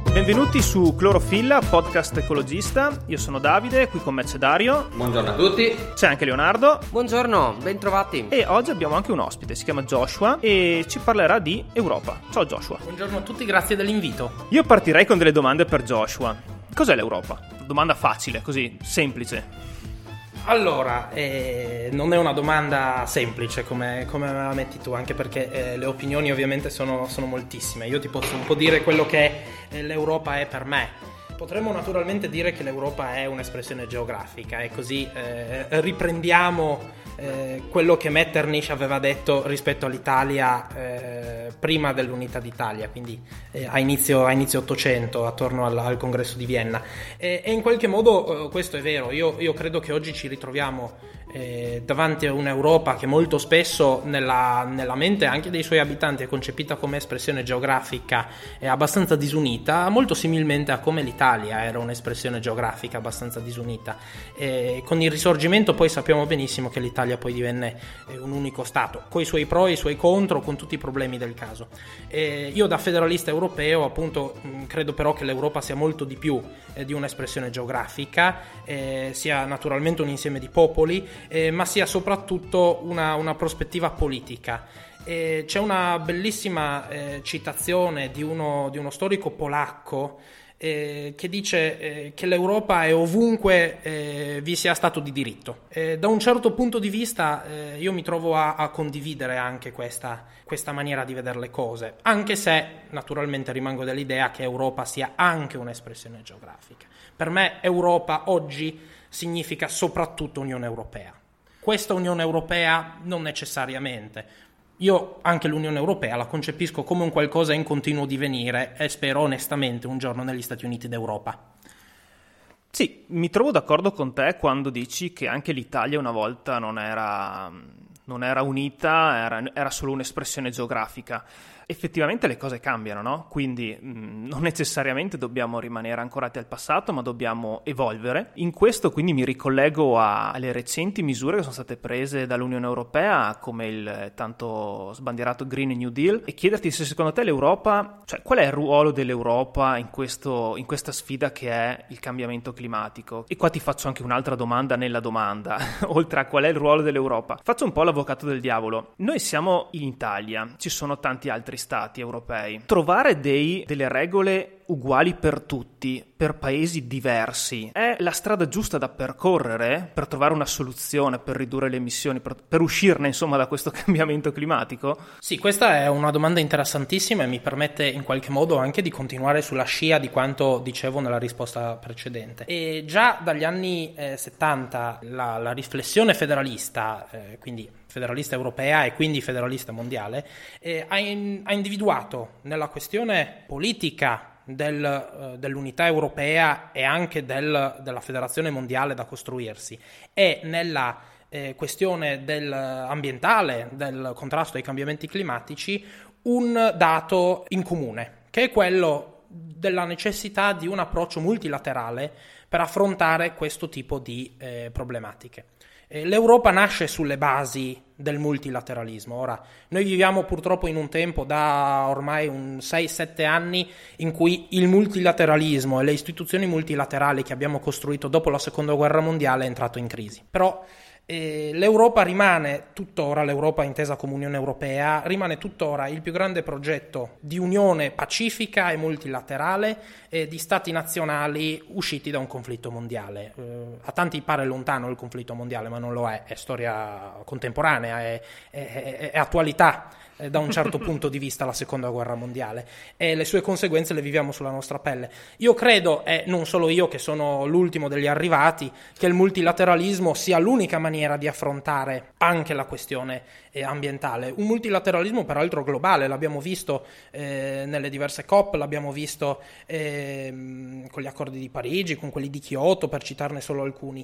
Benvenuti su Clorofilla, podcast ecologista. Io sono Davide, qui con me c'è Dario. Buongiorno a tutti. C'è anche Leonardo. Buongiorno, bentrovati. E oggi abbiamo anche un ospite, si chiama Joshua e ci parlerà di Europa. Ciao Joshua. Buongiorno a tutti, grazie dell'invito. Io partirei con delle domande per Joshua. Cos'è l'Europa? Domanda facile, così, semplice. Allora, non è una domanda semplice come me la metti tu, anche perché le opinioni ovviamente sono moltissime. Io ti posso un po' dire quello che l'Europa è per me. Potremmo naturalmente dire che l'Europa è un'espressione geografica e così riprendiamo quello che Metternich aveva detto rispetto all'Italia prima dell'unità d'Italia, quindi a inizio 800, attorno al congresso di Vienna. E in qualche modo questo è vero. Io credo che oggi ci ritroviamo davanti a un'Europa che molto spesso nella mente anche dei suoi abitanti è concepita come espressione geografica e abbastanza disunita, molto similmente a come l'Italia era un'espressione geografica abbastanza disunita. Con il Risorgimento poi sappiamo benissimo che l'Italia poi divenne un unico Stato, con i suoi pro e i suoi contro, con tutti i problemi del caso. Io da federalista europeo appunto credo però che l'Europa sia molto di più di un'espressione geografica, sia naturalmente un insieme di popoli, ma sia soprattutto una prospettiva politica. C'è una bellissima citazione di uno storico polacco che dice che l'Europa è ovunque vi sia stato di diritto. Da un certo punto di vista io mi trovo a condividere anche questa maniera di vedere le cose, anche se naturalmente rimango dell'idea che Europa sia anche un'espressione geografica. Per me Europa oggi significa soprattutto Unione Europea. Questa Unione Europea non necessariamente. Io anche l'Unione Europea la concepisco come un qualcosa in continuo divenire e spero onestamente un giorno negli Stati Uniti d'Europa. Sì, mi trovo d'accordo con te quando dici che anche l'Italia una volta non era unita, era solo un'espressione geografica. Effettivamente le cose cambiano, no? Quindi non necessariamente dobbiamo rimanere ancorati al passato, ma dobbiamo evolvere. In questo quindi mi ricollego alle recenti misure che sono state prese dall'Unione Europea, come il tanto sbandierato Green New Deal, e chiederti se secondo te l'Europa, cioè qual è il ruolo dell'Europa in questa sfida che è il cambiamento climatico. E qua ti faccio anche un'altra domanda nella domanda, oltre a qual è il ruolo dell'Europa. Faccio un po' l'avvocato del diavolo. Noi siamo in Italia, ci sono tanti altri stati europei. Trovare delle regole uguali per tutti, per paesi diversi, è la strada giusta da percorrere per trovare una soluzione, per ridurre le emissioni, per uscirne insomma da questo cambiamento climatico? Sì, questa è una domanda interessantissima e mi permette in qualche modo anche di continuare sulla scia di quanto dicevo nella risposta precedente. E già dagli anni 70 la riflessione federalista, quindi federalista europea e quindi federalista mondiale, ha individuato nella questione politica dell'unità europea e anche della federazione mondiale da costruirsi e nella questione ambientale, del contrasto ai cambiamenti climatici, un dato in comune, che è quello della necessità di un approccio multilaterale per affrontare questo tipo di problematiche. L'Europa nasce sulle basi del multilateralismo. Ora, noi viviamo purtroppo in un tempo da ormai 6-7 anni in cui il multilateralismo e le istituzioni multilaterali che abbiamo costruito dopo la Seconda Guerra Mondiale è entrato in crisi. Però l'Europa rimane tuttora, l'Europa intesa come Unione Europea, rimane tuttora il più grande progetto di unione pacifica e multilaterale di stati nazionali usciti da un conflitto mondiale. A tanti pare lontano il conflitto mondiale, ma non lo è storia contemporanea, è attualità da un certo punto di vista la Seconda Guerra Mondiale e le sue conseguenze le viviamo sulla nostra pelle. Io credo, e non solo io che sono l'ultimo degli arrivati, che il multilateralismo sia l'unica maniera di affrontare anche la questione ambientale. Un multilateralismo peraltro globale, l'abbiamo visto nelle diverse COP, l'abbiamo visto con gli accordi di Parigi, con quelli di Kyoto, per citarne solo alcuni.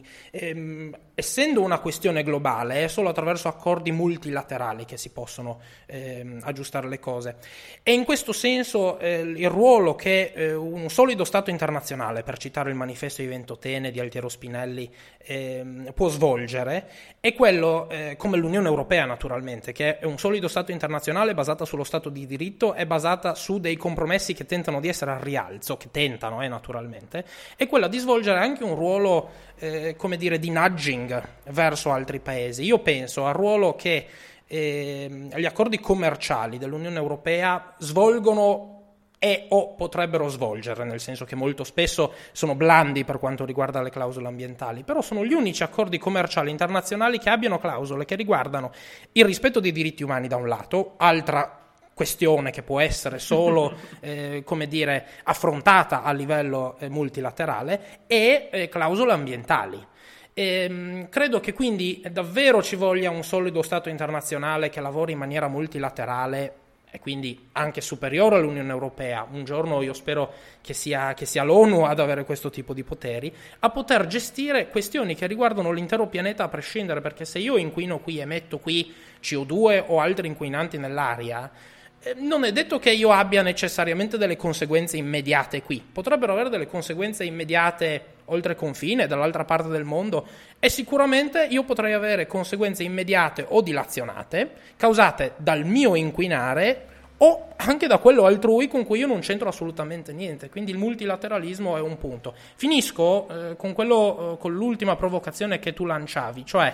Essendo una questione globale, è solo attraverso accordi multilaterali che si possono aggiustare le cose. E in questo senso il ruolo che un solido Stato internazionale, per citare il manifesto di Ventotene di Altiero Spinelli, può svolgere due è quello, come l'Unione Europea naturalmente, che è un solido Stato internazionale basata sullo Stato di diritto, è basata su dei compromessi che tentano di essere al rialzo, che tentano naturalmente, è quella di svolgere anche un ruolo, come dire, di nudging verso altri paesi. Io penso al ruolo che gli accordi commerciali dell'Unione Europea svolgono o potrebbero svolgere, nel senso che molto spesso sono blandi per quanto riguarda le clausole ambientali, però sono gli unici accordi commerciali internazionali che abbiano clausole che riguardano il rispetto dei diritti umani da un lato, altra questione che può essere solo come dire, affrontata a livello multilaterale, e clausole ambientali. Credo che quindi davvero ci voglia un solido Stato internazionale che lavori in maniera multilaterale e quindi anche superiore all'Unione Europea. Un giorno io spero che sia l'ONU ad avere questo tipo di poteri, a poter gestire questioni che riguardano l'intero pianeta a prescindere, perché se io inquino qui, emetto qui CO2 o altri inquinanti nell'aria, non è detto che io abbia necessariamente delle conseguenze immediate qui. Potrebbero avere delle conseguenze immediate oltre confine, dall'altra parte del mondo, e sicuramente io potrei avere conseguenze immediate o dilazionate, causate dal mio inquinare o anche da quello altrui con cui io non c'entro assolutamente niente. Quindi il multilateralismo è un punto. Finisco con l'ultima provocazione che tu lanciavi, cioè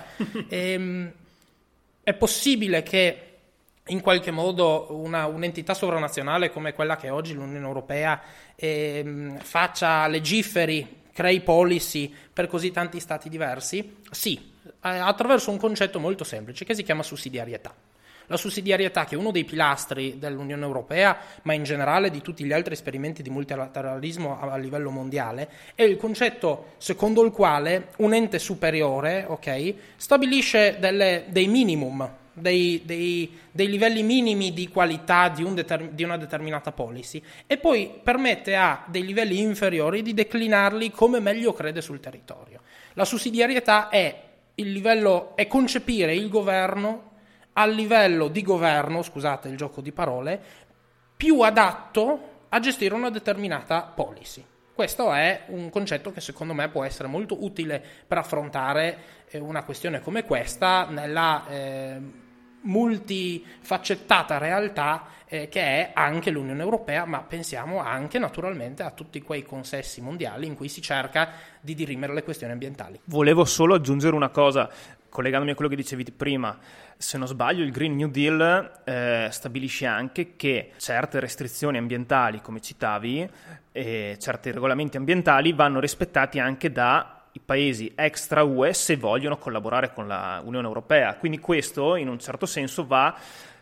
è possibile che in qualche modo un'entità sovranazionale come quella che è oggi l'Unione Europea legiferi, crei policy per così tanti stati diversi? Sì, attraverso un concetto molto semplice che si chiama sussidiarietà. La sussidiarietà, che è uno dei pilastri dell'Unione Europea, ma in generale di tutti gli altri esperimenti di multilateralismo a livello mondiale, è il concetto secondo il quale un ente superiore, stabilisce dei minimum, dei livelli minimi di qualità di una determinata policy, e poi permette a dei livelli inferiori di declinarli come meglio crede sul territorio. La sussidiarietà è concepire il governo al livello di governo, scusate il gioco di parole, più adatto a gestire una determinata policy. Questo è un concetto che secondo me può essere molto utile per affrontare una questione come questa nella multifaccettata realtà che è anche l'Unione Europea, ma pensiamo anche naturalmente a tutti quei consessi mondiali in cui si cerca di dirimere le questioni ambientali. Volevo solo aggiungere una cosa, collegandomi a quello che dicevi prima. Se non sbaglio, il Green New Deal stabilisce anche che certe restrizioni ambientali, come citavi, e certi regolamenti ambientali vanno rispettati anche i paesi extra UE se vogliono collaborare con la Unione Europea. Quindi questo in un certo senso va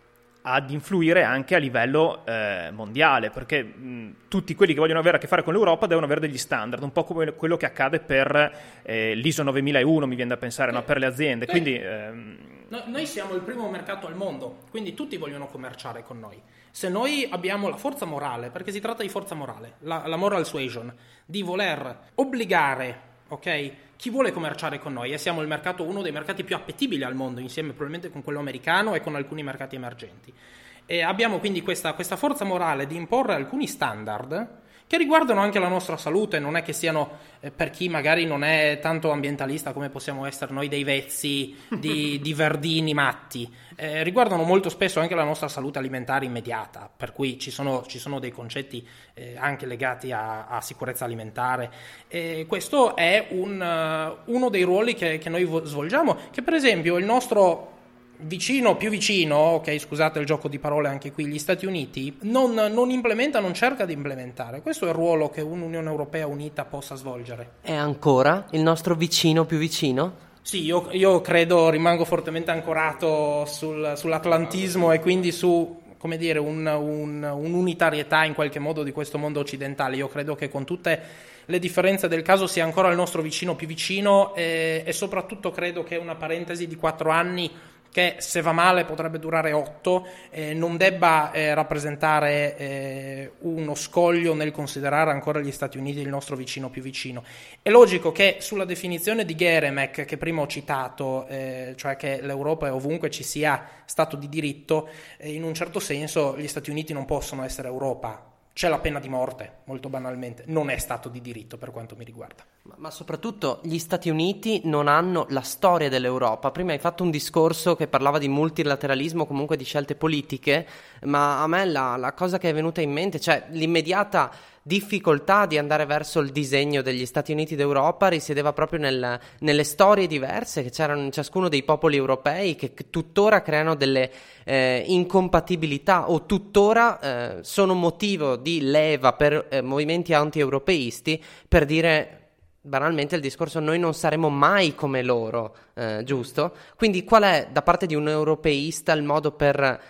ad influire anche a livello mondiale, perché tutti quelli che vogliono avere a che fare con l'Europa devono avere degli standard, un po' come quello che accade per l'ISO 9001, mi viene da pensare, no? Per le aziende. Quindi noi siamo il primo mercato al mondo, quindi tutti vogliono commerciare con noi. Se noi abbiamo la forza morale, perché si tratta di forza morale, la moral suasion, di voler obbligare chi vuole commerciare con noi, e siamo uno dei mercati più appetibili al mondo, insieme probabilmente con quello americano e con alcuni mercati emergenti, e abbiamo quindi questa forza morale di imporre alcuni standard che riguardano anche la nostra salute. Non è che siano, per chi magari non è tanto ambientalista come possiamo essere noi, dei vezzi di verdini matti, riguardano molto spesso anche la nostra salute alimentare immediata, per cui ci sono dei concetti anche legati a sicurezza alimentare. Questo è uno dei ruoli che noi svolgiamo, che per esempio il nostro più vicino, scusate il gioco di parole anche qui, gli Stati Uniti non implementa, non cerca di implementare. Questo è il ruolo che un'Unione Europea unita possa svolgere. È ancora il nostro vicino più vicino? Sì, io credo, rimango fortemente ancorato sull'atlantismo e quindi su, come dire, un'unitarietà in qualche modo di questo mondo occidentale. Io credo che con tutte le differenze del caso sia ancora il nostro vicino più vicino, e soprattutto credo che una parentesi di 4 anni, che se va male potrebbe durare 8, non debba rappresentare uno scoglio nel considerare ancora gli Stati Uniti il nostro vicino più vicino. È logico che sulla definizione di Geremek, che prima ho citato, cioè che l'Europa è ovunque ci sia Stato di diritto, in un certo senso gli Stati Uniti non possono essere Europa. C'è la pena di morte, molto banalmente, non è Stato di diritto per quanto mi riguarda. Ma soprattutto gli Stati Uniti non hanno la storia dell'Europa. Prima hai fatto un discorso che parlava di multilateralismo, comunque di scelte politiche, ma a me la cosa che è venuta in mente, cioè l'immediata difficoltà di andare verso il disegno degli Stati Uniti d'Europa risiedeva proprio nelle storie diverse che c'erano in ciascuno dei popoli europei che tuttora creano delle incompatibilità o tuttora sono motivo di leva per movimenti anti-europeisti, per dire banalmente il discorso noi non saremo mai come loro, giusto? Quindi qual è da parte di un europeista il modo per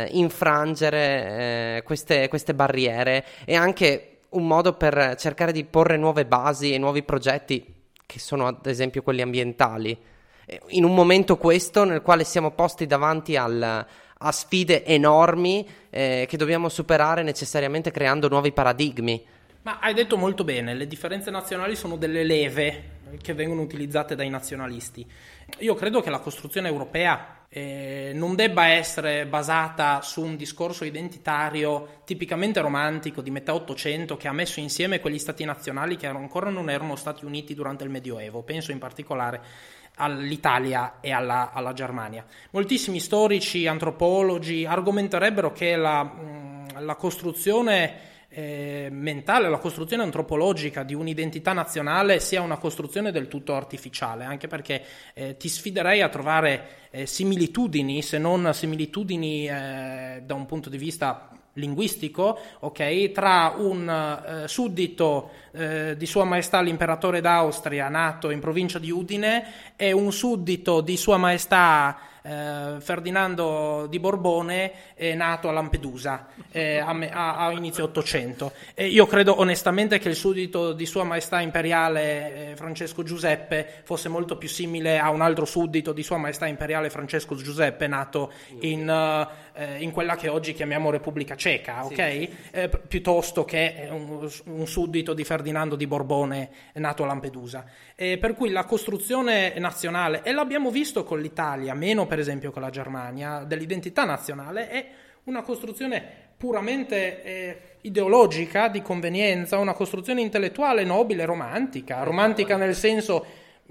infrangere queste barriere e anche un modo per cercare di porre nuove basi e nuovi progetti che sono ad esempio quelli ambientali in un momento questo nel quale siamo posti davanti a sfide enormi che dobbiamo superare necessariamente creando nuovi paradigmi? Ma hai detto molto bene, le differenze nazionali sono delle leve che vengono utilizzate dai nazionalisti. Io credo che la costruzione europea non debba essere basata su un discorso identitario tipicamente romantico di metà Ottocento che ha messo insieme quegli stati nazionali che ancora non erano stati uniti durante il Medioevo. Penso in particolare all'Italia e alla Germania. Moltissimi storici, antropologi argomenterebbero che la costruzione mentale, la costruzione antropologica di un'identità nazionale sia una costruzione del tutto artificiale, anche perché ti sfiderei a trovare similitudini, se non similitudini da un punto di vista linguistico, ok, tra un suddito di Sua Maestà l'Imperatore d'Austria nato in provincia di Udine e un suddito di Sua Maestà Ferdinando di Borbone nato a Lampedusa a inizio Ottocento. Io credo onestamente che il suddito di Sua Maestà Imperiale Francesco Giuseppe fosse molto più simile a un altro suddito di Sua Maestà Imperiale Francesco Giuseppe nato in quella che oggi chiamiamo Repubblica Ceca, ok? Sì. Piuttosto che un suddito di Ferdinando di Borbone nato a Lampedusa. Per cui la costruzione nazionale, e l'abbiamo visto con l'Italia, meno per esempio con la Germania, dell'identità nazionale, è una costruzione puramente ideologica, di convenienza, una costruzione intellettuale nobile, romantica nel senso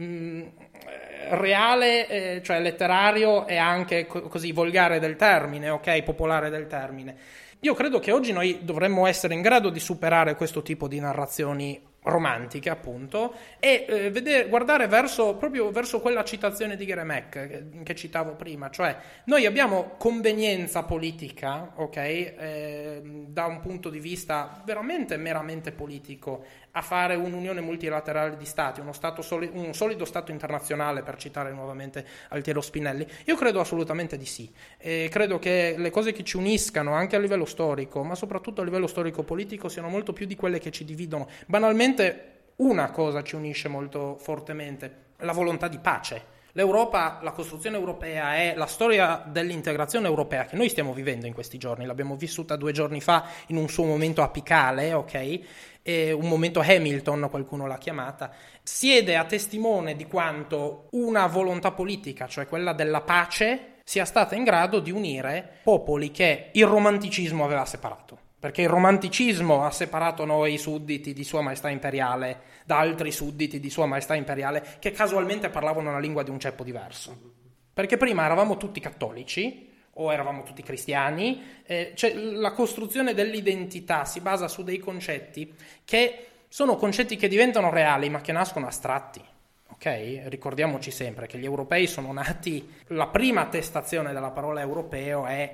reale, cioè letterario e anche così volgare del termine, ok, popolare del termine. Io credo che oggi noi dovremmo essere in grado di superare questo tipo di narrazioni romantiche, appunto, e guardare proprio verso quella citazione di Gheremec che citavo prima, cioè noi abbiamo convenienza politica, ok, da un punto di vista veramente meramente politico, a fare un'unione multilaterale di stati, un solido stato internazionale, per citare nuovamente Altiero Spinelli. Io credo assolutamente di sì, credo che le cose che ci uniscano anche a livello storico, ma soprattutto a livello storico-politico, siano molto più di quelle che ci dividono. Banalmente una cosa ci unisce molto fortemente: la volontà di pace. L'Europa, la costruzione europea è la storia dell'integrazione europea che noi stiamo vivendo in questi giorni. L'abbiamo vissuta 2 giorni fa in un suo momento apicale, ok? E un momento Hamilton, qualcuno l'ha chiamata. Siede a testimone di quanto una volontà politica, cioè quella della pace, sia stata in grado di unire popoli che il romanticismo aveva separato. Perché il romanticismo ha separato noi sudditi di Sua Maestà Imperiale da altri sudditi di Sua Maestà Imperiale che casualmente parlavano una lingua di un ceppo diverso. Perché prima eravamo tutti cattolici o eravamo tutti cristiani, cioè la costruzione dell'identità si basa su dei concetti che sono concetti che diventano reali ma che nascono astratti. Ok? Ricordiamoci sempre che gli europei sono nati, la prima attestazione della parola europeo è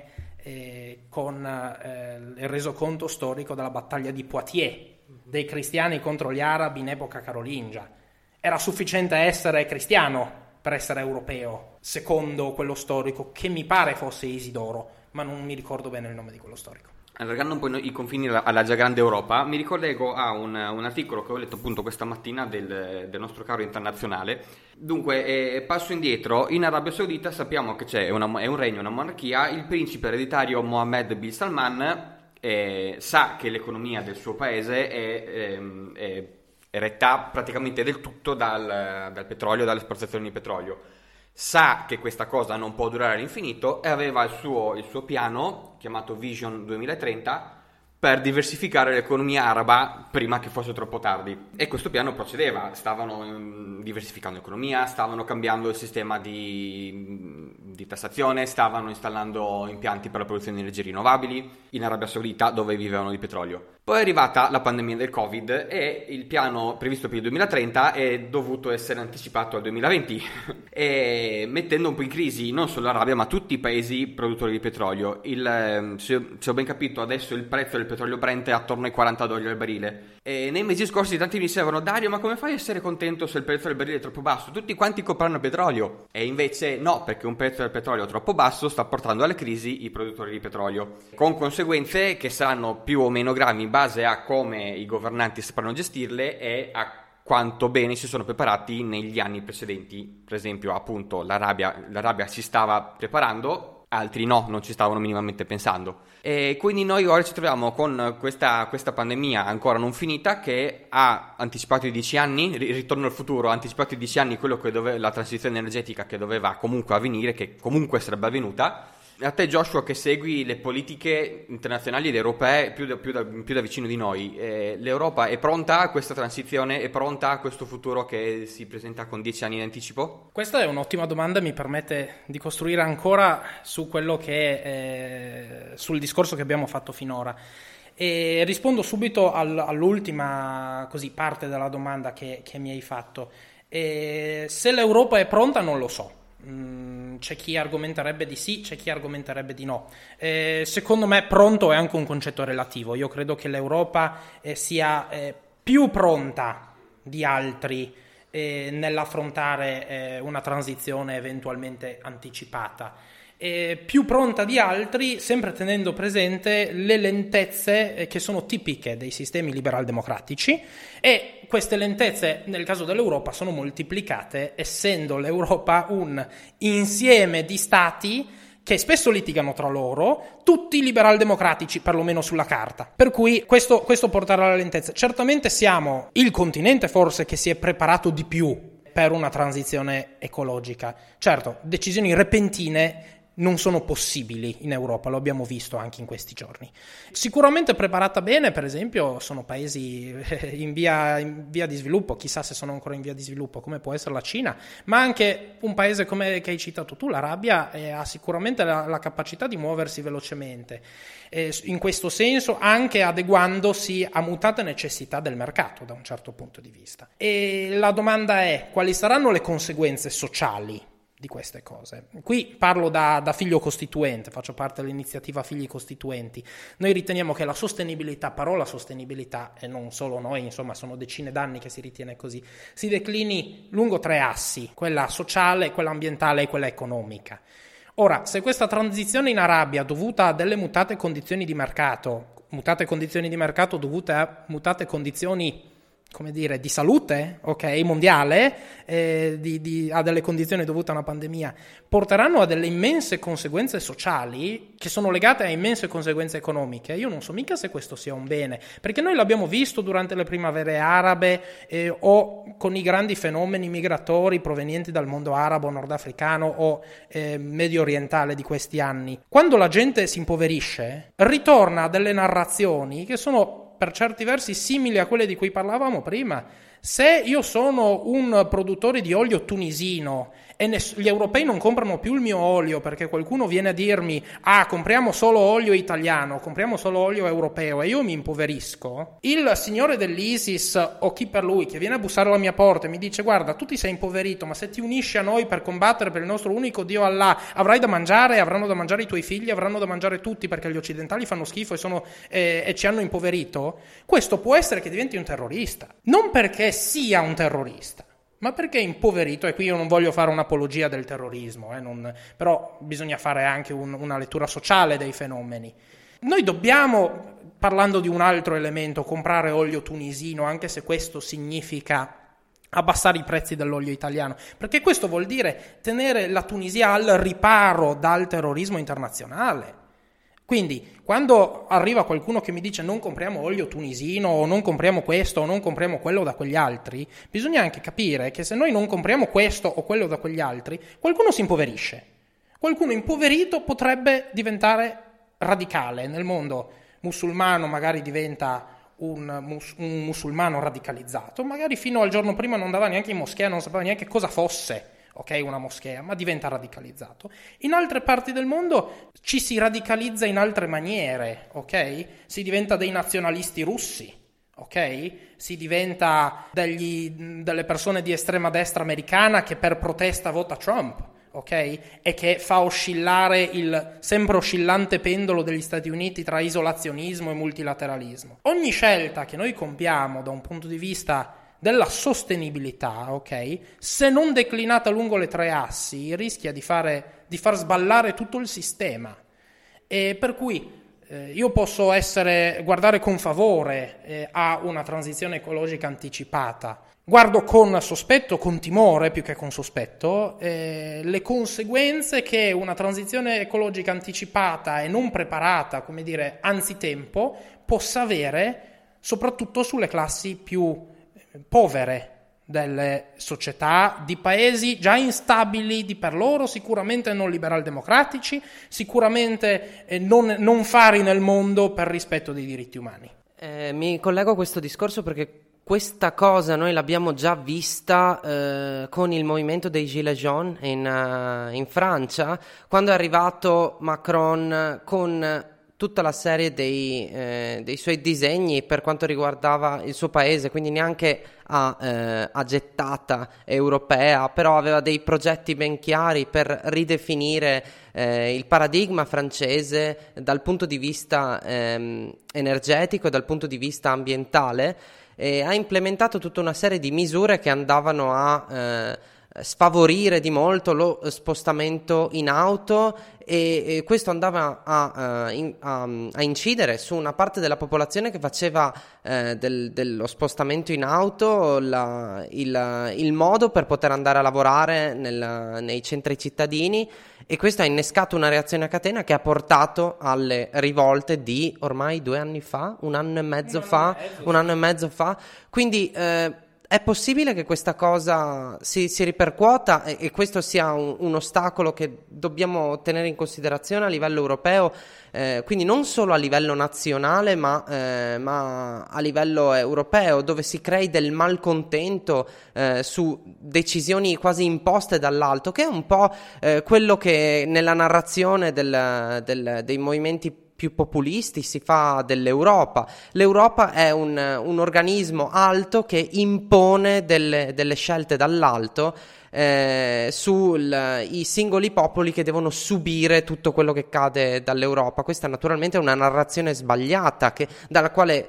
con il resoconto storico della battaglia di Poitiers, dei cristiani contro gli arabi in epoca carolingia. Era sufficiente essere cristiano per essere europeo, secondo quello storico, che mi pare fosse Isidoro, ma non mi ricordo bene il nome di quello storico. Allargando un po' i confini alla già grande Europa, mi ricollego a un articolo che ho letto appunto questa mattina del nostro caro internazionale. Dunque, passo indietro, in Arabia Saudita sappiamo che è un regno, una monarchia. Il principe ereditario Mohammed bin Salman sa che l'economia del suo paese è retta praticamente del tutto dal petrolio, dalle esportazioni di petrolio. Sa che questa cosa non può durare all'infinito e aveva il suo piano, chiamato Vision 2030, per diversificare l'economia araba prima che fosse troppo tardi. E questo piano procedeva, stavano diversificando l'economia, stavano cambiando il sistema di tassazione, stavano installando impianti per la produzione di energie rinnovabili in Arabia Saudita, dove vivevano di petrolio. Poi è arrivata la pandemia del Covid e il piano previsto per il 2030 è dovuto essere anticipato al 2020 e mettendo un po' in crisi non solo l'Arabia ma tutti i paesi produttori di petrolio. Se ho ben capito, adesso il prezzo del petrolio Brent è attorno ai $40 al barile e nei mesi scorsi tanti mi dicevano: Dario, ma come fai a essere contento se il prezzo del barile è troppo basso? Tutti quanti comprano petrolio. E invece no, perché un prezzo del petrolio troppo basso sta portando alla crisi i produttori di petrolio, con conseguenze che saranno più o meno gravi in base a come i governanti sapranno gestirle e a quanto bene si sono preparati negli anni precedenti. Per esempio, appunto, l'Arabia si stava preparando, altri no, non ci stavano minimamente pensando. E quindi noi ora ci troviamo con questa pandemia ancora non finita, che ha anticipato di 10 anni, ritorno al futuro, ha anticipato di 10 anni quello che la transizione energetica che doveva comunque avvenire, che comunque sarebbe avvenuta. A te, Joshua, che segui le politiche internazionali ed europee più da vicino di noi, l'Europa è pronta a questa transizione? È pronta a questo futuro che si presenta con 10 anni in anticipo? Questa è un'ottima domanda, mi permette di costruire ancora su quello che sul discorso che abbiamo fatto finora. E rispondo subito all'ultima parte della domanda che mi hai fatto. Se l'Europa è pronta non lo so. C'è chi argomenterebbe di sì, c'è chi argomenterebbe di no. Secondo me pronto è anche un concetto relativo. Io credo che l'Europa sia più pronta di altri nell'affrontare una transizione eventualmente anticipata. Più pronta di altri, sempre tenendo presente le lentezze che sono tipiche dei sistemi liberal-democratici, e queste lentezze nel caso dell'Europa sono moltiplicate, essendo l'Europa un insieme di stati che spesso litigano tra loro, tutti liberal-democratici, perlomeno sulla carta. Per cui questo porterà alla lentezza. Certamente siamo il continente forse che si è preparato di più per una transizione ecologica. Certo, decisioni repentine non sono possibili in Europa, lo abbiamo visto anche in questi giorni. Sicuramente preparata bene, per esempio, sono paesi in via di sviluppo, chissà se sono ancora in via di sviluppo, come può essere la Cina, ma anche un paese come che hai citato tu, l'Arabia, ha sicuramente la capacità di muoversi velocemente, in questo senso anche adeguandosi a mutate necessità del mercato da un certo punto di vista. E la domanda è: quali saranno le conseguenze sociali di queste cose? Qui parlo da figlio costituente, faccio parte dell'iniziativa Figli Costituenti. Noi riteniamo che la sostenibilità, parola sostenibilità, e non solo noi, insomma sono decine d'anni che si ritiene così, si declini lungo 3 assi: quella sociale, quella ambientale e quella economica. Ora, se questa transizione in Arabia, dovuta a delle mutate condizioni di mercato dovute a mutate condizioni, come dire, di salute, mondiale, a delle condizioni dovute a una pandemia, porteranno a delle immense conseguenze sociali che sono legate a immense conseguenze economiche. Io non so mica se questo sia un bene, perché noi l'abbiamo visto durante le primavere arabe o con i grandi fenomeni migratori provenienti dal mondo arabo, nordafricano o medio orientale di questi anni. Quando la gente si impoverisce, ritorna a delle narrazioni che sono per certi versi simili a quelle di cui parlavamo prima. Se io sono un produttore di olio tunisino e gli europei non comprano più il mio olio perché qualcuno viene a dirmi: compriamo solo olio italiano, compriamo solo olio europeo, e io mi impoverisco, il signore dell'ISIS o chi per lui che viene a bussare alla mia porta e mi dice: guarda, tu ti sei impoverito, ma se ti unisci a noi per combattere per il nostro unico Dio Allah, avrai da mangiare, avranno da mangiare i tuoi figli, avranno da mangiare tutti, perché gli occidentali fanno schifo e ci hanno impoverito. Questo può essere che diventi un terrorista, non perché sia un terrorista, ma perché è impoverito. E qui io non voglio fare un'apologia del terrorismo, però bisogna fare anche una lettura sociale dei fenomeni. Noi dobbiamo, parlando di un altro elemento, comprare olio tunisino, anche se questo significa abbassare i prezzi dell'olio italiano, perché questo vuol dire tenere la Tunisia al riparo dal terrorismo internazionale. Quindi quando arriva qualcuno che mi dice non compriamo olio tunisino o non compriamo questo o non compriamo quello da quegli altri, bisogna anche capire che se noi non compriamo questo o quello da quegli altri, qualcuno si impoverisce. Qualcuno impoverito potrebbe diventare radicale nel mondo musulmano magari diventa un musulmano radicalizzato, magari fino al giorno prima non andava neanche in moschea, non sapeva neanche cosa fosse, ok, una moschea, ma diventa radicalizzato. In altre parti del mondo ci si radicalizza in altre maniere, ok? Si diventa dei nazionalisti russi, ok? Si diventa delle persone di estrema destra americana che per protesta vota Trump, ok? E che fa oscillare il sempre oscillante pendolo degli Stati Uniti tra isolazionismo e multilateralismo. Ogni scelta che noi compiamo da un punto di vista della sostenibilità, ok? Se non declinata lungo le 3 assi, rischia di far sballare tutto il sistema. E per cui io posso guardare con favore a una transizione ecologica anticipata. Guardo con sospetto, con timore più che con sospetto, le conseguenze che una transizione ecologica anticipata e non preparata, come dire, anzitempo, possa avere soprattutto sulle classi più povere delle società di paesi già instabili di per loro, sicuramente non liberal-democratici, sicuramente non fari nel mondo per rispetto dei diritti umani. Mi collego a questo discorso perché questa cosa noi l'abbiamo già vista con il movimento dei Gilets jaunes in Francia, quando è arrivato Macron con tutta la serie dei suoi disegni per quanto riguardava il suo paese, quindi neanche a gettata europea, però aveva dei progetti ben chiari per ridefinire il paradigma francese dal punto di vista energetico e dal punto di vista ambientale, e ha implementato tutta una serie di misure che andavano a sfavorire di molto lo spostamento in auto, e questo andava a incidere su una parte della popolazione che faceva dello spostamento in auto il modo per poter andare a lavorare nei centri cittadini, e questo ha innescato una reazione a catena che ha portato alle rivolte di ormai 2 anni fa, un anno e mezzo fa. Quindi è possibile che questa cosa si ripercuota e questo sia un ostacolo che dobbiamo tenere in considerazione a livello europeo, quindi non solo a livello nazionale ma a livello europeo, dove si crei del malcontento su decisioni quasi imposte dall'alto, che è un po' quello che nella narrazione dei movimenti più populisti si fa dell'Europa. L'Europa è un organismo alto che impone delle scelte dall'alto sui singoli popoli che devono subire tutto quello che cade dall'Europa. Questa naturalmente è una narrazione sbagliata dalla quale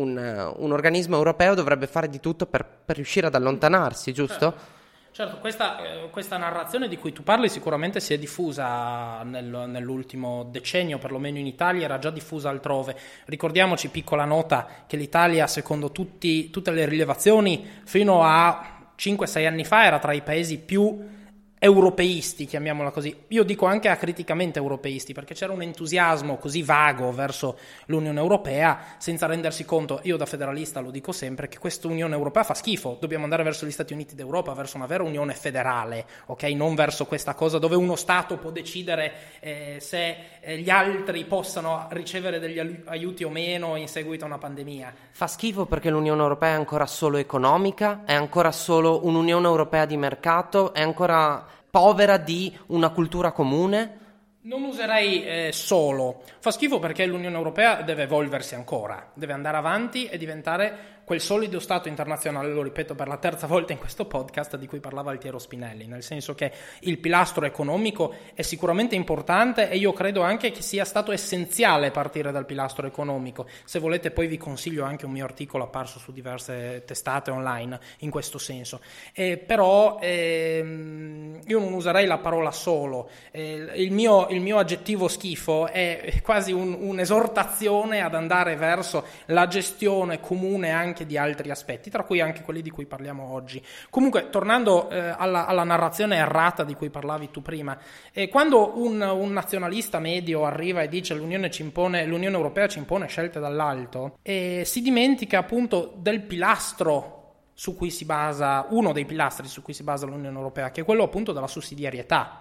un organismo europeo dovrebbe fare di tutto per riuscire ad allontanarsi, giusto? Certo, questa narrazione di cui tu parli sicuramente si è diffusa nell'ultimo decennio, perlomeno in Italia, era già diffusa altrove. Ricordiamoci, piccola nota, che l'Italia, secondo tutte le rilevazioni, fino a 5-6 anni fa era tra i paesi più europeisti, chiamiamola così. Io dico anche acriticamente europeisti, perché c'era un entusiasmo così vago verso l'Unione Europea, senza rendersi conto, io da federalista lo dico sempre, che questa Unione Europea fa schifo. Dobbiamo andare verso gli Stati Uniti d'Europa, verso una vera Unione federale, ok? Non verso questa cosa dove uno Stato può decidere se gli altri possano ricevere degli aiuti o meno in seguito a una pandemia. Fa schifo perché l'Unione Europea è ancora solo economica, è ancora solo un'Unione Europea di mercato, è ancora povera di una cultura comune. Non userei solo. Fa schifo perché l'Unione Europea deve evolversi ancora, deve andare avanti e diventare quel solido Stato internazionale, lo ripeto per la 3ª volta in questo podcast, di cui parlava Altiero Spinelli, nel senso che il pilastro economico è sicuramente importante e io credo anche che sia stato essenziale partire dal pilastro economico. Se volete poi vi consiglio anche un mio articolo apparso su diverse testate online in questo senso. Però io non userei la parola solo. Il mio aggettivo schifo è quasi un'esortazione ad andare verso la gestione comune anche di altri aspetti, tra cui anche quelli di cui parliamo oggi. Comunque, tornando alla narrazione errata di cui parlavi tu prima, quando un nazionalista medio arriva e dice l'Unione Europea ci impone scelte dall'alto, si dimentica appunto del pilastro su cui si basa, uno dei pilastri su cui si basa l'Unione Europea, che è quello appunto della sussidiarietà.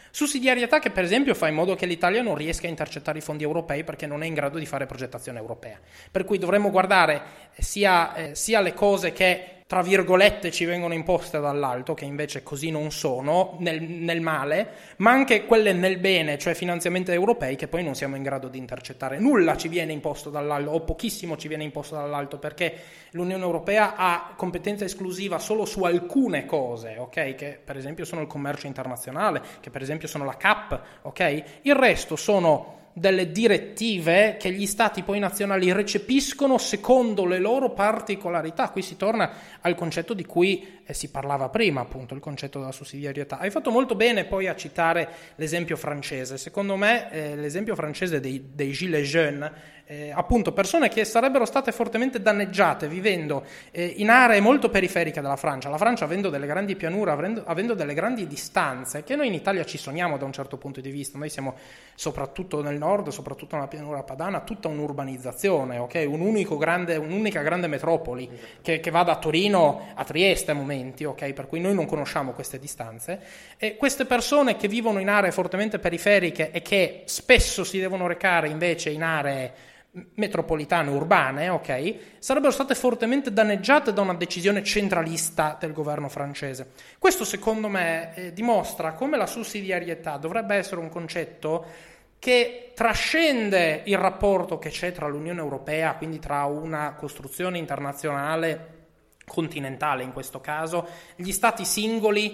Sussidiarietà che per esempio fa in modo che l'Italia non riesca a intercettare i fondi europei perché non è in grado di fare progettazione europea. Per cui dovremmo guardare sia le cose che tra virgolette ci vengono imposte dall'alto, che invece così non sono, nel male, ma anche quelle nel bene, cioè finanziamenti europei che poi non siamo in grado di intercettare. Nulla ci viene imposto dall'alto, o pochissimo ci viene imposto dall'alto, perché l'Unione Europea ha competenza esclusiva solo su alcune cose, ok? Che per esempio sono il commercio internazionale, che per esempio sono la CAP, ok? Il resto sono delle direttive che gli stati poi nazionali recepiscono secondo le loro particolarità. Qui si torna al concetto di cui si parlava prima, appunto, il concetto della sussidiarietà. Hai fatto molto bene poi a citare l'esempio francese. Secondo me l'esempio francese dei Gilets jaunes, appunto persone che sarebbero state fortemente danneggiate vivendo in aree molto periferiche della Francia. La Francia, avendo delle grandi pianure, avendo delle grandi distanze, che noi in Italia ci sogniamo da un certo punto di vista. Noi siamo soprattutto nel nord, soprattutto nella pianura padana, tutta un'urbanizzazione, ok? Un'unica grande metropoli che va da Torino a Trieste a momenti, ok? Per cui noi non conosciamo queste distanze, e queste persone che vivono in aree fortemente periferiche e che spesso si devono recare invece in aree metropolitane, urbane, ok, sarebbero state fortemente danneggiate da una decisione centralista del governo francese. Questo secondo me dimostra come la sussidiarietà dovrebbe essere un concetto che trascende il rapporto che c'è tra l'Unione Europea, quindi tra una costruzione internazionale continentale in questo caso, gli stati singoli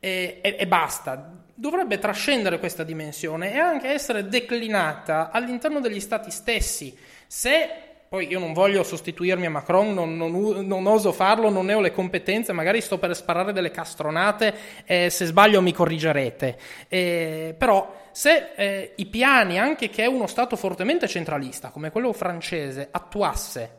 e basta. Dovrebbe trascendere questa dimensione e anche essere declinata all'interno degli stati stessi. Se poi io non voglio sostituirmi a Macron, non oso farlo, non ne ho le competenze, magari sto per sparare delle castronate, se sbaglio mi corrigerete. Però se i piani, anche che è uno Stato fortemente centralista, come quello francese, attuasse,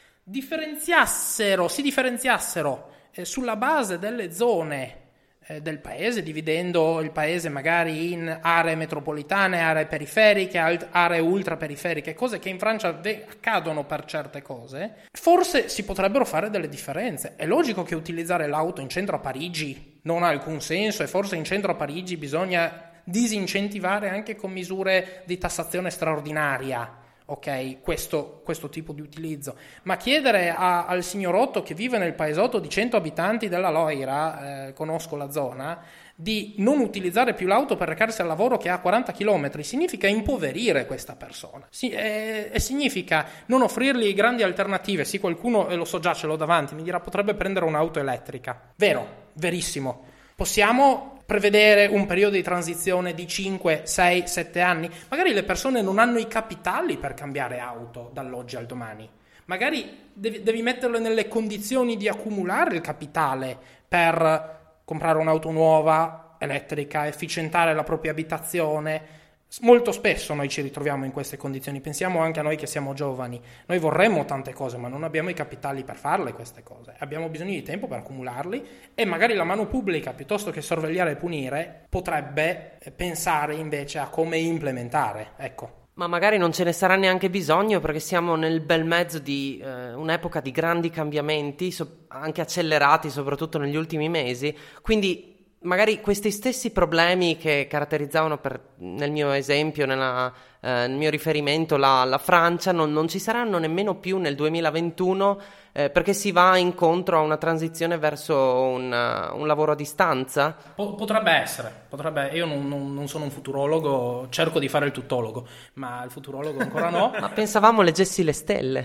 si differenziassero sulla base delle zone del paese, dividendo il paese magari in aree metropolitane, aree periferiche, aree ultraperiferiche, cose che in Francia accadono per certe cose, forse si potrebbero fare delle differenze. È logico che utilizzare l'auto in centro a Parigi non ha alcun senso, e forse in centro a Parigi bisogna disincentivare anche con misure di tassazione straordinaria, ok, questo tipo di utilizzo. Ma chiedere al signor Otto, che vive nel paesotto di 100 abitanti della Loira, conosco la zona, di non utilizzare più l'auto per recarsi al lavoro che ha 40 km, significa impoverire questa persona. E significa non offrirgli grandi alternative. Sì, qualcuno, lo so già, ce l'ho davanti, mi dirà potrebbe prendere un'auto elettrica. Vero, verissimo. Possiamo prevedere un periodo di transizione di 5, 6, 7 anni. Magari le persone non hanno i capitali per cambiare auto dall'oggi al domani. Magari devi metterle nelle condizioni di accumulare il capitale per comprare un'auto nuova, elettrica, efficientare la propria abitazione. Molto spesso noi ci ritroviamo in queste condizioni. Pensiamo anche a noi che siamo giovani. Noi vorremmo tante cose, ma non abbiamo i capitali per farle queste cose. Abbiamo bisogno di tempo per accumularli, e magari la mano pubblica, piuttosto che sorvegliare e punire, potrebbe pensare invece a come implementare. Ecco. Ma magari non ce ne sarà neanche bisogno, perché siamo nel bel mezzo di un'epoca di grandi cambiamenti, anche accelerati soprattutto negli ultimi mesi. Quindi magari questi stessi problemi che caratterizzavano, nel mio esempio, nel mio riferimento, la Francia, non ci saranno nemmeno più nel 2021, perché si va incontro a una transizione verso un lavoro a distanza? Potrebbe essere. Io non sono un futurologo, cerco di fare il tuttologo, ma il futurologo ancora no. Ma pensavamo leggessi le stelle.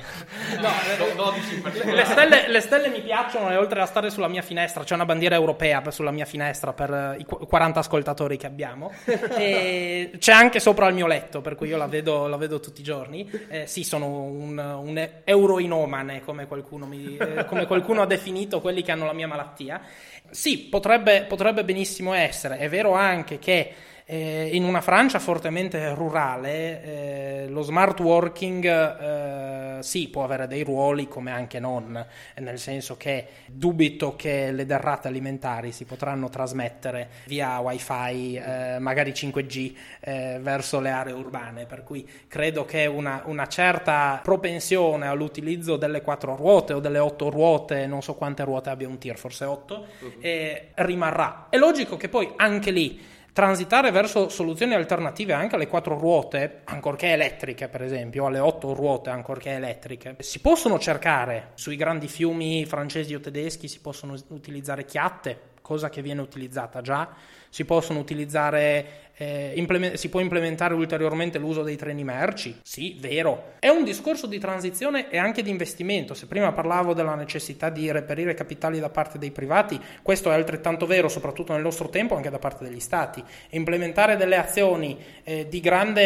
No, le stelle mi piacciono, e oltre a stare sulla mia finestra, c'è una bandiera europea sulla mia finestra per i 40 ascoltatori che abbiamo, e c'è anche sopra il mio letto, per cui io la vedo tutti i giorni. Sì, sono un euroinomane, come qualcuno ha definito quelli che hanno la mia malattia. Sì, potrebbe benissimo essere. È vero anche che in una Francia fortemente rurale lo smart working sì, può avere dei ruoli, come anche non, nel senso che dubito che le derrate alimentari si potranno trasmettere via wifi, magari 5G, verso le aree urbane, per cui credo che una certa propensione all'utilizzo delle 4 ruote o delle 8 ruote, non so quante ruote abbia un tir, forse 8, rimarrà. È logico che poi anche lì transitare verso soluzioni alternative anche alle 4 ruote, ancorché elettriche per esempio, alle 8 ruote ancorché elettriche. Si possono cercare sui grandi fiumi francesi o tedeschi, si possono utilizzare chiatte, cosa che viene utilizzata già, si possono utilizzare si può implementare ulteriormente l'uso dei treni merci, sì, vero. È un discorso di transizione e anche di investimento. Se prima parlavo della necessità di reperire capitali da parte dei privati, questo è altrettanto vero, soprattutto nel nostro tempo, anche da parte degli stati. Implementare delle azioni di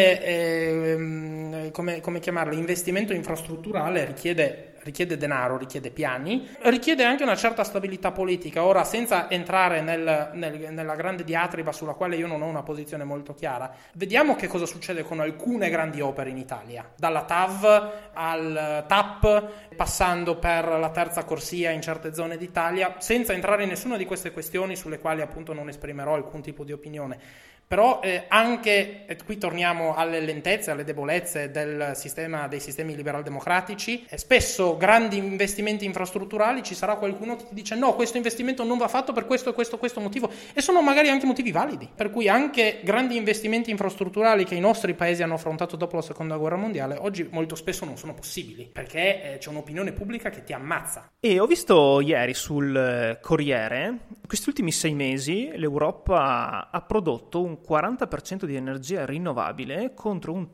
grande, come chiamarle, investimento infrastrutturale richiede denaro, richiede piani, richiede anche una certa stabilità politica. Ora, senza entrare nella grande diatriba sulla quale io non ho una posizione molto chiara, vediamo che cosa succede con alcune grandi opere in Italia, dalla TAV al TAP, passando per la terza corsia in certe zone d'Italia, senza entrare in nessuna di queste questioni sulle quali appunto non esprimerò alcun tipo di opinione. Però anche qui torniamo alle lentezze, alle debolezze del sistema, dei sistemi liberal-democratici. Spesso grandi investimenti infrastrutturali ci sarà qualcuno che ti dice no, questo investimento non va fatto per questo motivo, e sono magari anche motivi validi. Per cui anche grandi investimenti infrastrutturali che i nostri paesi hanno affrontato dopo la seconda guerra mondiale oggi molto spesso non sono possibili, perché c'è un'opinione pubblica che ti ammazza. E ho visto ieri sul Corriere, questi ultimi 6 mesi l'Europa ha prodotto un 40% di energia rinnovabile contro un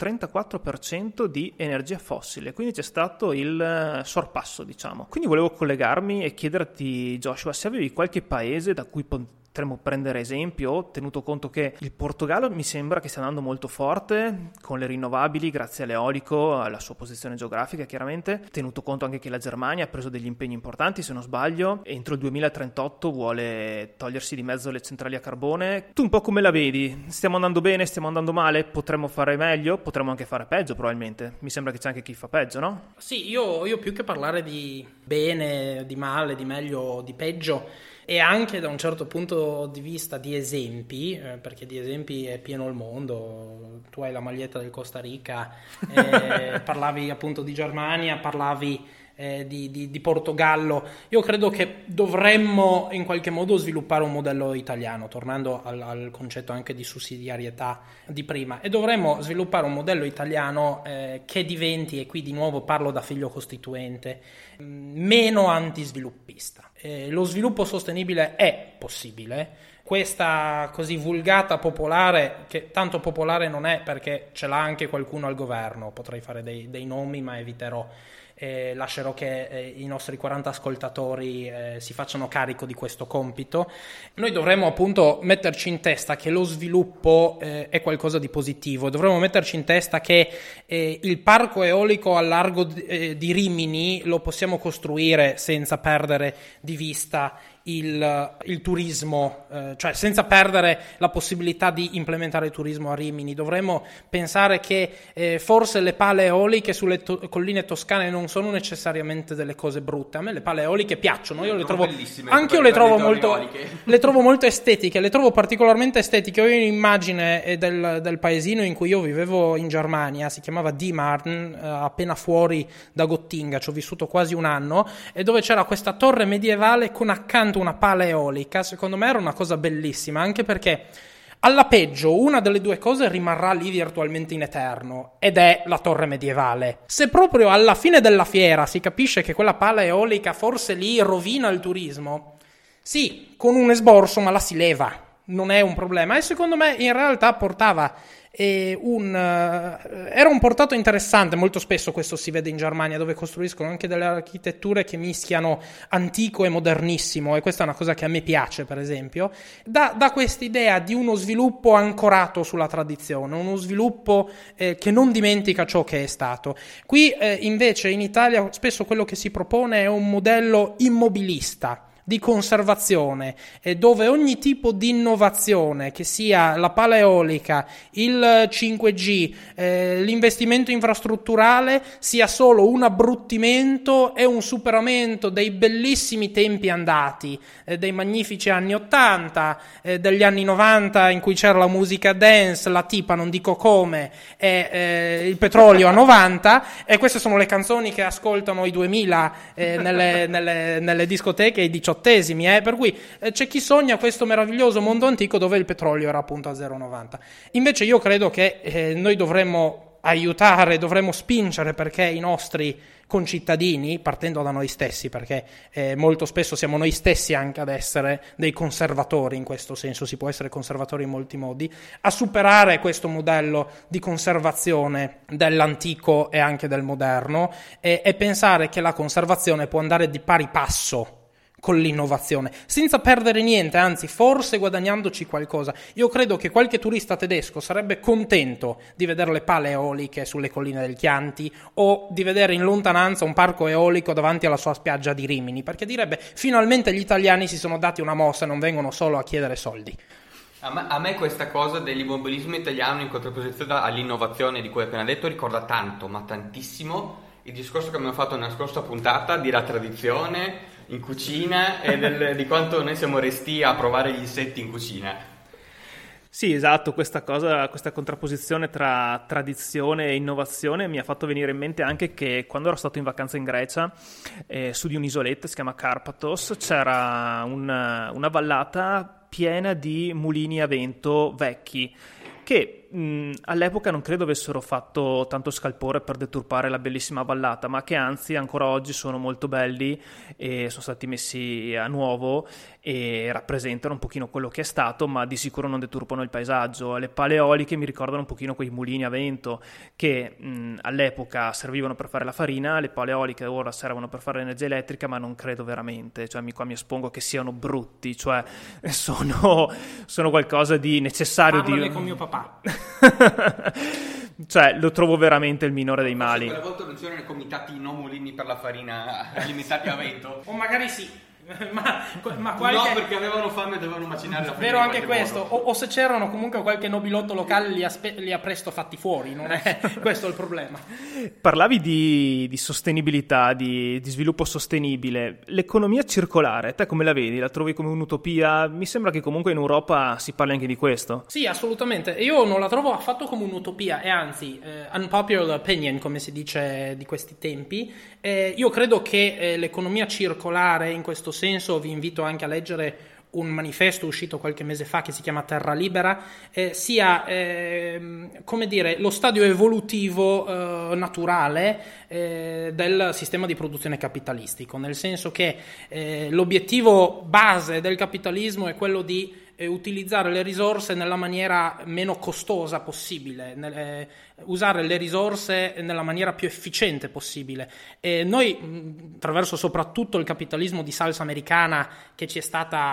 34% di energia fossile, quindi c'è stato il sorpasso, diciamo. Quindi volevo collegarmi e chiederti, Joshua, se avevi qualche paese da cui potremmo prendere esempio, tenuto conto che il Portogallo mi sembra che stia andando molto forte con le rinnovabili grazie all'eolico, alla sua posizione geografica chiaramente, tenuto conto anche che la Germania ha preso degli impegni importanti, se non sbaglio, entro il 2038 vuole togliersi di mezzo le centrali a carbone. Tu un po' come la vedi? Stiamo andando bene? Stiamo andando male? Potremmo fare meglio? Potremmo anche fare peggio probabilmente. Mi sembra che c'è anche chi fa peggio, no? Sì, io più che parlare di bene, di male, di meglio, di peggio, e anche da un certo punto di vista di esempi, perché di esempi è pieno il mondo. Tu hai la maglietta del Costa Rica, parlavi appunto di Germania, parlavi di Portogallo. Io credo che dovremmo in qualche modo sviluppare un modello italiano, tornando al concetto anche di sussidiarietà di prima, e dovremmo sviluppare un modello italiano che diventi, e qui di nuovo parlo da figlio costituente, meno antisviluppista. Lo sviluppo sostenibile è possibile. Questa così vulgata popolare, che tanto popolare non è perché ce l'ha anche qualcuno al governo, potrei fare dei nomi ma eviterò, lascerò che i nostri 40 ascoltatori si facciano carico di questo compito. Noi dovremmo appunto metterci in testa che lo sviluppo è qualcosa di positivo, dovremmo metterci in testa che il parco eolico al largo di Rimini lo possiamo costruire senza perdere di vista il turismo, cioè senza perdere la possibilità di implementare il turismo a Rimini. Dovremmo pensare che forse le pale eoliche sulle colline toscane non sono necessariamente delle cose brutte. A me le pale eoliche piacciono, io le trovo anche io le trovo molto estetiche, le trovo particolarmente estetiche. Ho un'immagine del paesino in cui io vivevo in Germania, si chiamava Diemarn, appena fuori da Gottinga, ci ho vissuto quasi un anno, e dove c'era questa torre medievale con accanto una pala eolica. Secondo me era una cosa bellissima, anche perché alla peggio una delle due cose rimarrà lì virtualmente in eterno, ed è la torre medievale. Se proprio alla fine della fiera si capisce che quella pala eolica forse lì rovina il turismo, sì, con un esborso, ma la si leva, non è un problema. E secondo me in realtà portava era un portato interessante. Molto spesso questo si vede in Germania, dove costruiscono anche delle architetture che mischiano antico e modernissimo, e questa è una cosa che a me piace, per esempio. Da quest'idea di uno sviluppo ancorato sulla tradizione, uno sviluppo che non dimentica ciò che è stato. Qui invece in Italia spesso quello che si propone è un modello immobilista, di conservazione, dove ogni tipo di innovazione, che sia la pala eolica, il 5G, l'investimento infrastrutturale, sia solo un abbruttimento e un superamento dei bellissimi tempi andati, dei magnifici anni 80, degli anni 90 in cui c'era la musica dance, la tipa non dico come, e il petrolio a 90, e queste sono le canzoni che ascoltano i 2000 nelle discoteche e i 18 diciottesimi, per cui c'è chi sogna questo meraviglioso mondo antico dove il petrolio era appunto a 0,90. Invece io credo che noi dovremmo aiutare, dovremmo spingere perché i nostri concittadini, partendo da noi stessi, perché molto spesso siamo noi stessi anche ad essere dei conservatori, in questo senso si può essere conservatori in molti modi, a superare questo modello di conservazione dell'antico e anche del moderno e pensare che la conservazione può andare di pari passo con l'innovazione, senza perdere niente, anzi forse guadagnandoci qualcosa. Io credo che qualche turista tedesco sarebbe contento di vedere le pale eoliche sulle colline del Chianti o di vedere in lontananza un parco eolico davanti alla sua spiaggia di Rimini, perché direbbe finalmente gli italiani si sono dati una mossa e non vengono solo a chiedere soldi. A me questa cosa dell'immobilismo italiano in contrapposizione all'innovazione di cui hai appena detto ricorda tanto, ma tantissimo, il discorso che abbiamo fatto nella scorsa puntata della tradizione in cucina e di quanto noi siamo resti a provare gli insetti in cucina. Sì, esatto, questa contrapposizione tra tradizione e innovazione mi ha fatto venire in mente anche che quando ero stato in vacanza in Grecia, su di un'isoletta, si chiama Karpathos, c'era una vallata piena di mulini a vento vecchi, che all'epoca non credo avessero fatto tanto scalpore per deturpare la bellissima vallata, ma che anzi ancora oggi sono molto belli e sono stati messi a nuovo e rappresentano un pochino quello che è stato, ma di sicuro non deturpano il paesaggio. Le pale eoliche mi ricordano un pochino quei mulini a vento che all'epoca servivano per fare la farina, le pale eoliche ora servono per fare l'energia elettrica, ma non credo veramente, cioè qua mi espongo che siano brutti, cioè sono qualcosa di necessario. Parlane con mio papà. Cioè lo trovo veramente il minore dei mali. Quella volta non c'erano i comitati no mulini per la farina alimentati a vento? O magari sì. ma qualche... No, perché avevano fame e dovevano macinare la farina. Vero anche questo, o se c'erano comunque qualche nobilotto locale li ha presto fatti fuori, non è questo il problema. Parlavi di sostenibilità, di sviluppo sostenibile. L'economia circolare, te come la vedi? La trovi come un'utopia? Mi sembra che comunque in Europa si parli anche di questo. Sì, assolutamente. Io non la trovo affatto come un'utopia, e anzi, unpopular opinion, come si dice di questi tempi. Io credo che l'economia circolare, in questo senso vi invito anche a leggere un manifesto uscito qualche mese fa che si chiama Terra Libera, sia come dire lo stadio evolutivo naturale del sistema di produzione capitalistico, nel senso che l'obiettivo base del capitalismo è quello di utilizzare le risorse nella maniera meno costosa possibile, usare le risorse nella maniera più efficiente possibile. E noi, attraverso soprattutto il capitalismo di salsa americana che ci è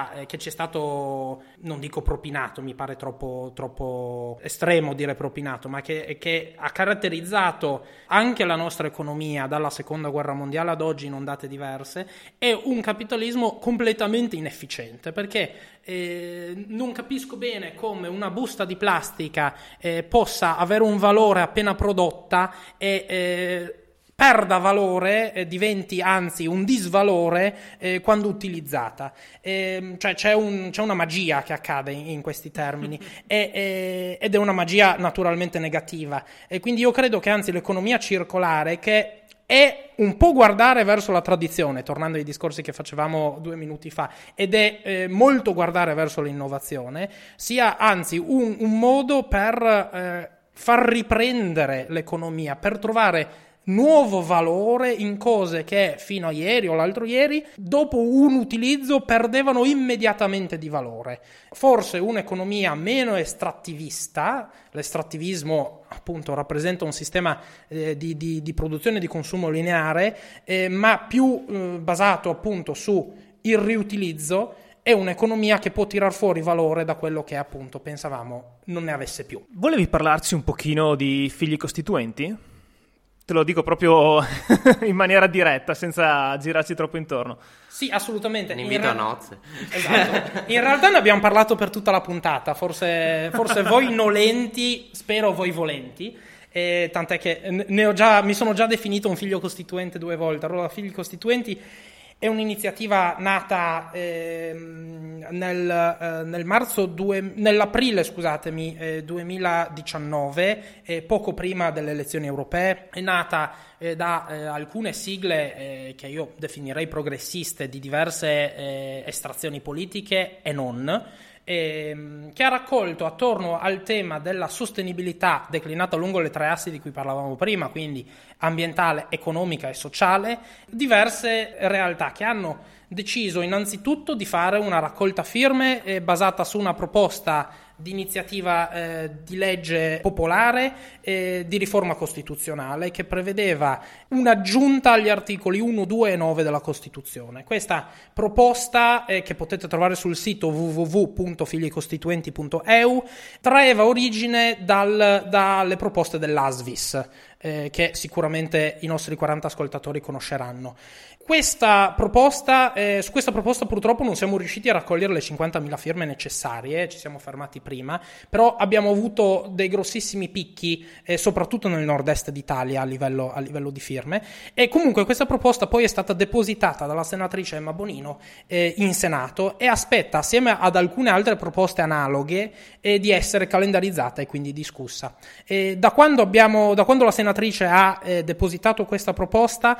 stato, non dico propinato, mi pare troppo estremo dire propinato, ma che ha caratterizzato anche la nostra economia dalla seconda guerra mondiale ad oggi in ondate diverse, è un capitalismo completamente inefficiente, perché non capisco bene come una busta di plastica possa avere un valore appena prodotta e perda valore, diventi anzi un disvalore quando utilizzata. Cioè c'è una magia che accade in questi termini ed è una magia naturalmente negativa, e quindi io credo che anzi l'economia circolare, che è un po' guardare verso la tradizione, tornando ai discorsi che facevamo 2 minuti fa, ed è molto guardare verso l'innovazione, sia anzi un modo per far riprendere l'economia, per trovare nuovo valore in cose che fino a ieri o l'altro ieri, dopo un utilizzo, perdevano immediatamente di valore. Forse un'economia meno estrattivista, l'estrattivismo appunto rappresenta un sistema di produzione e di consumo lineare, ma più basato appunto su il riutilizzo, è un'economia che può tirar fuori valore da quello che appunto pensavamo non ne avesse più. Volevi parlarci un pochino di figli costituenti? Te lo dico proprio in maniera diretta, senza girarci troppo intorno. Sì, assolutamente. Un invito a nozze. Esatto. In realtà ne abbiamo parlato per tutta la puntata, forse voi nolenti, spero voi volenti. Tant'è che mi sono già definito un figlio costituente 2 volte. Allora, figli costituenti È un'iniziativa nata nell'aprile 2019, poco prima delle elezioni europee. È nata da alcune sigle che io definirei progressiste di diverse estrazioni politiche e non, che ha raccolto attorno al tema della sostenibilità declinata lungo le 3 assi di cui parlavamo prima, quindi ambientale, economica e sociale, diverse realtà che hanno deciso innanzitutto di fare una raccolta firme basata su una proposta di iniziativa di legge popolare di riforma costituzionale che prevedeva un'aggiunta agli articoli 1, 2 e 9 della Costituzione. Questa proposta, che potete trovare sul sito www.figlicostituenti.eu, traeva origine dalle proposte dell'ASVIS, che sicuramente i nostri 40 ascoltatori conosceranno. Su questa proposta purtroppo non siamo riusciti a raccogliere le 50.000 firme necessarie, ci siamo fermati prima, però abbiamo avuto dei grossissimi picchi, soprattutto nel nord-est d'Italia a livello di firme, e comunque questa proposta poi è stata depositata dalla senatrice Emma Bonino in Senato e aspetta, assieme ad alcune altre proposte analoghe, di essere calendarizzata e quindi discussa. Da quando la senatrice ha depositato questa proposta,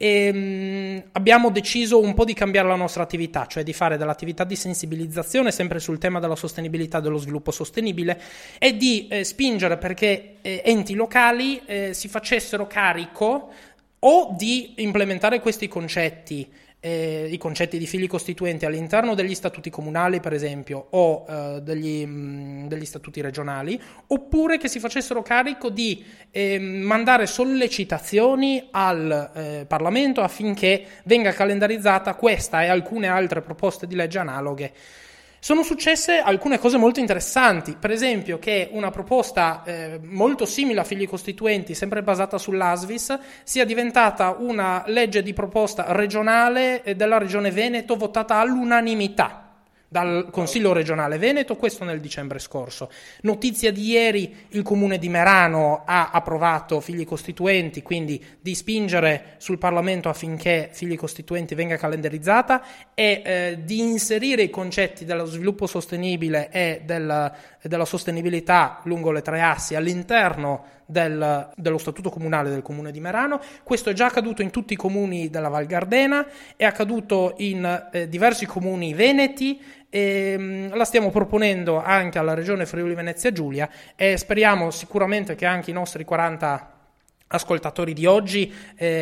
abbiamo deciso un po' di cambiare la nostra attività, cioè di fare dell'attività di sensibilizzazione sempre sul tema della sostenibilità e dello sviluppo sostenibile, e di spingere perché enti locali si facessero carico o di implementare questi concetti, i concetti di figli costituenti all'interno degli statuti comunali, per esempio, o degli statuti regionali, oppure che si facessero carico di mandare sollecitazioni al Parlamento affinché venga calendarizzata questa e alcune altre proposte di legge analoghe. Sono successe alcune cose molto interessanti, per esempio che una proposta molto simile a figli costituenti, sempre basata sull'ASVIS, sia diventata una legge di proposta regionale della Regione Veneto votata all'unanimità dal Consiglio regionale Veneto, questo nel dicembre scorso. Notizia di ieri, il comune di Merano ha approvato figli costituenti, quindi di spingere sul Parlamento affinché figli costituenti venga calendarizzata e di inserire i concetti dello sviluppo sostenibile e della sostenibilità lungo le 3 assi all'interno dello statuto comunale del comune di Merano. Questo è già accaduto in tutti i comuni della Val Gardena, è accaduto in diversi comuni veneti, e la stiamo proponendo anche alla regione Friuli Venezia Giulia, e speriamo sicuramente che anche i nostri 40 ascoltatori di oggi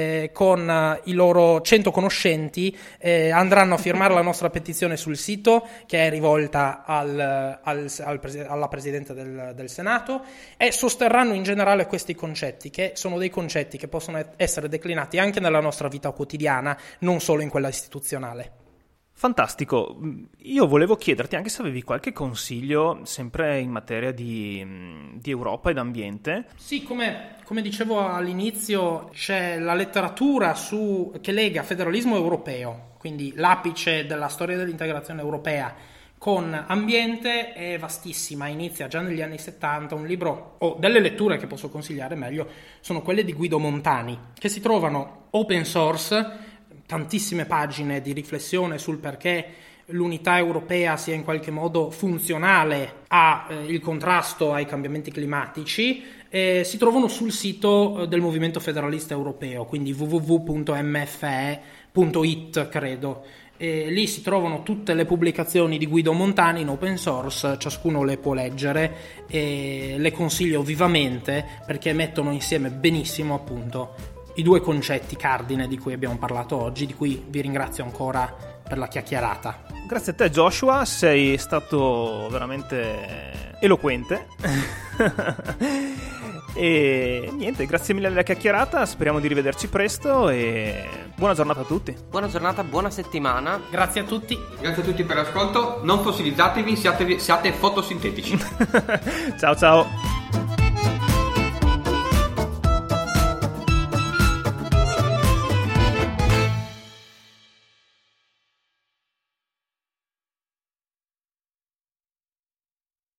con i loro 100 conoscenti andranno a firmare la nostra petizione sul sito, che è rivolta alla Presidente del Senato, e sosterranno in generale questi concetti, che sono dei concetti che possono essere declinati anche nella nostra vita quotidiana, non solo in quella istituzionale. Fantastico. Io volevo chiederti anche se avevi qualche consiglio sempre in materia di Europa ed ambiente. Sì, come dicevo all'inizio, c'è la letteratura che lega federalismo europeo, quindi l'apice della storia dell'integrazione europea, con ambiente, è vastissima, inizia già negli anni 70. Un libro, o delle letture che posso consigliare meglio, sono quelle di Guido Montani, che si trovano open source, tantissime pagine di riflessione sul perché l'unità europea sia in qualche modo funzionale al contrasto ai cambiamenti climatici, si trovano sul sito del Movimento Federalista Europeo, quindi www.mfe.it credo. Lì si trovano tutte le pubblicazioni di Guido Montani in open source, ciascuno le può leggere e le consiglio vivamente perché mettono insieme benissimo appunto i 2 concetti cardine di cui abbiamo parlato oggi, di cui vi ringrazio ancora per la chiacchierata. Grazie a te Joshua, sei stato veramente eloquente. E niente, grazie mille della chiacchierata, speriamo di rivederci presto e buona giornata a tutti. Buona giornata, buona settimana. Grazie a tutti. Grazie a tutti per l'ascolto, non fossilizzatevi, siate fotosintetici. Ciao ciao.